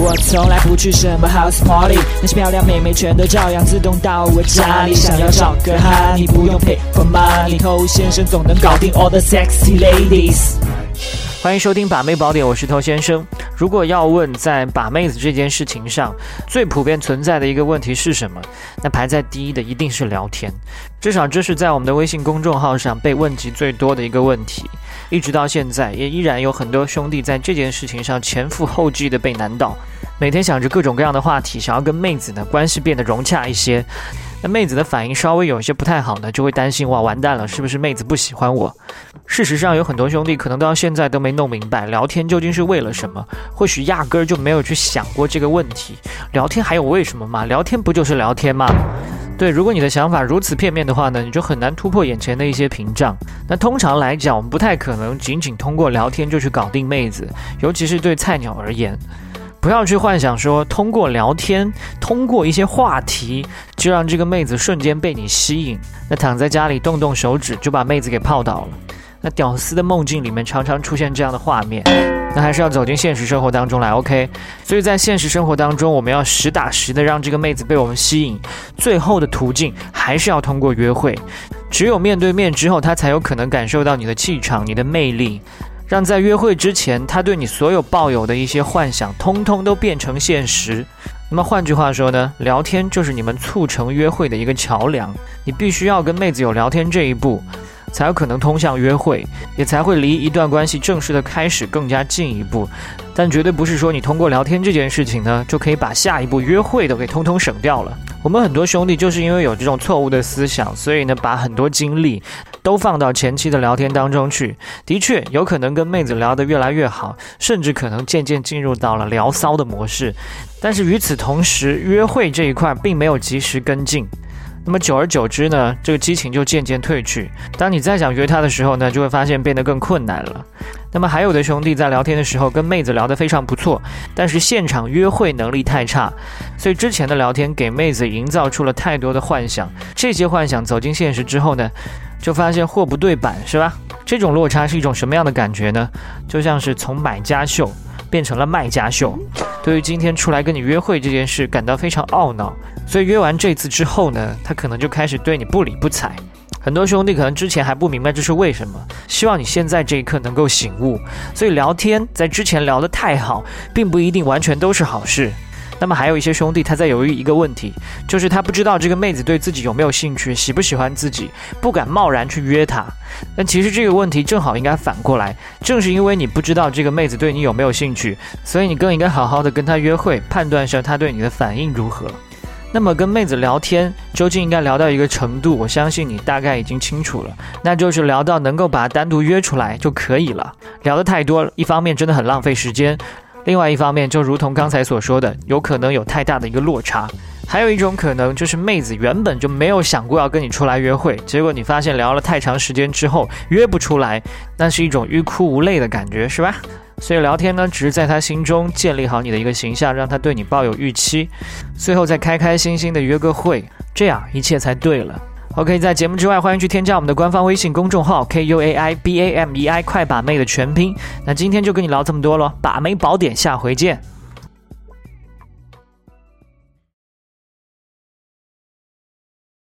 我从来不去什么 house party， 那些漂亮妹妹全都照样自动到我家里。想要找个哈，你不用 pay for money， 偷先生总能搞定 all the sexy ladies。 欢迎收听把妹宝典，我是头先生。如果要问在把妹子这件事情上最普遍存在的一个问题是什么，那排在第一的一定是聊天，至少这是在我们的微信公众号上被问及最多的一个问题。一直到现在也依然有很多兄弟在这件事情上前赴后继的被难倒，每天想着各种各样的话题，想要跟妹子呢关系变得融洽一些。那妹子的反应稍微有些不太好呢，就会担心哇完蛋了，是不是妹子不喜欢我？事实上有很多兄弟可能到现在都没弄明白聊天究竟是为了什么，或许压根儿就没有去想过这个问题。聊天还有为什么吗？聊天不就是聊天吗？对，如果你的想法如此片面的话呢，你就很难突破眼前的一些屏障。那通常来讲，我们不太可能仅仅通过聊天就去搞定妹子，尤其是对菜鸟而言。不要去幻想说通过聊天，通过一些话题就让这个妹子瞬间被你吸引，那躺在家里动动手指就把妹子给泡倒了。那屌丝的梦境里面常常出现这样的画面，那还是要走进现实生活当中来 OK。 所以在现实生活当中，我们要实打实的让这个妹子被我们吸引，最后的途径还是要通过约会。只有面对面之后，她才有可能感受到你的气场，你的魅力，让在约会之前他对你所有抱有的一些幻想通通都变成现实。那么换句话说呢，聊天就是你们促成约会的一个桥梁，你必须要跟妹子有聊天这一步，才有可能通向约会，也才会离一段关系正式的开始更加进一步。但绝对不是说你通过聊天这件事情呢，就可以把下一步约会都给通通省掉了。我们很多兄弟就是因为有这种错误的思想，所以呢把很多精力都放到前期的聊天当中去。的确有可能跟妹子聊得越来越好，甚至可能渐渐进入到了聊骚的模式，但是与此同时，约会这一块并没有及时跟进。那么久而久之呢，这个激情就渐渐褪去，当你再想约她的时候呢，就会发现变得更困难了。那么还有的兄弟在聊天的时候跟妹子聊得非常不错，但是现场约会能力太差，所以之前的聊天给妹子营造出了太多的幻想，这些幻想走进现实之后呢，就发现货不对版，是吧？这种落差是一种什么样的感觉呢？就像是从买家秀变成了卖家秀。对于今天出来跟你约会这件事感到非常懊恼，所以约完这次之后呢，他可能就开始对你不理不睬。很多兄弟可能之前还不明白这是为什么，希望你现在这一刻能够醒悟。所以聊天在之前聊得太好，并不一定完全都是好事。那么还有一些兄弟他在犹豫一个问题，就是他不知道这个妹子对自己有没有兴趣，喜不喜欢自己，不敢贸然去约她。但其实这个问题正好应该反过来，正是因为你不知道这个妹子对你有没有兴趣，所以你更应该好好的跟她约会，判断上她对你的反应如何。那么跟妹子聊天究竟应该聊到一个程度，我相信你大概已经清楚了，那就是聊到能够把她单独约出来就可以了。聊得太多了，一方面真的很浪费时间，另外一方面就如同刚才所说的，有可能有太大的一个落差。还有一种可能就是妹子原本就没有想过要跟你出来约会，结果你发现聊了太长时间之后约不出来，那是一种欲哭无泪的感觉，是吧？所以聊天呢，只是在他心中建立好你的一个形象，让他对你抱有预期，最后再开开心心的约个会，这样一切才对了。OK， 在节目之外，欢迎去添加我们的官方微信公众号 KUAIBAMEI 快把妹的全拼。那今天就跟你聊这么多咯，把妹宝典，下回见。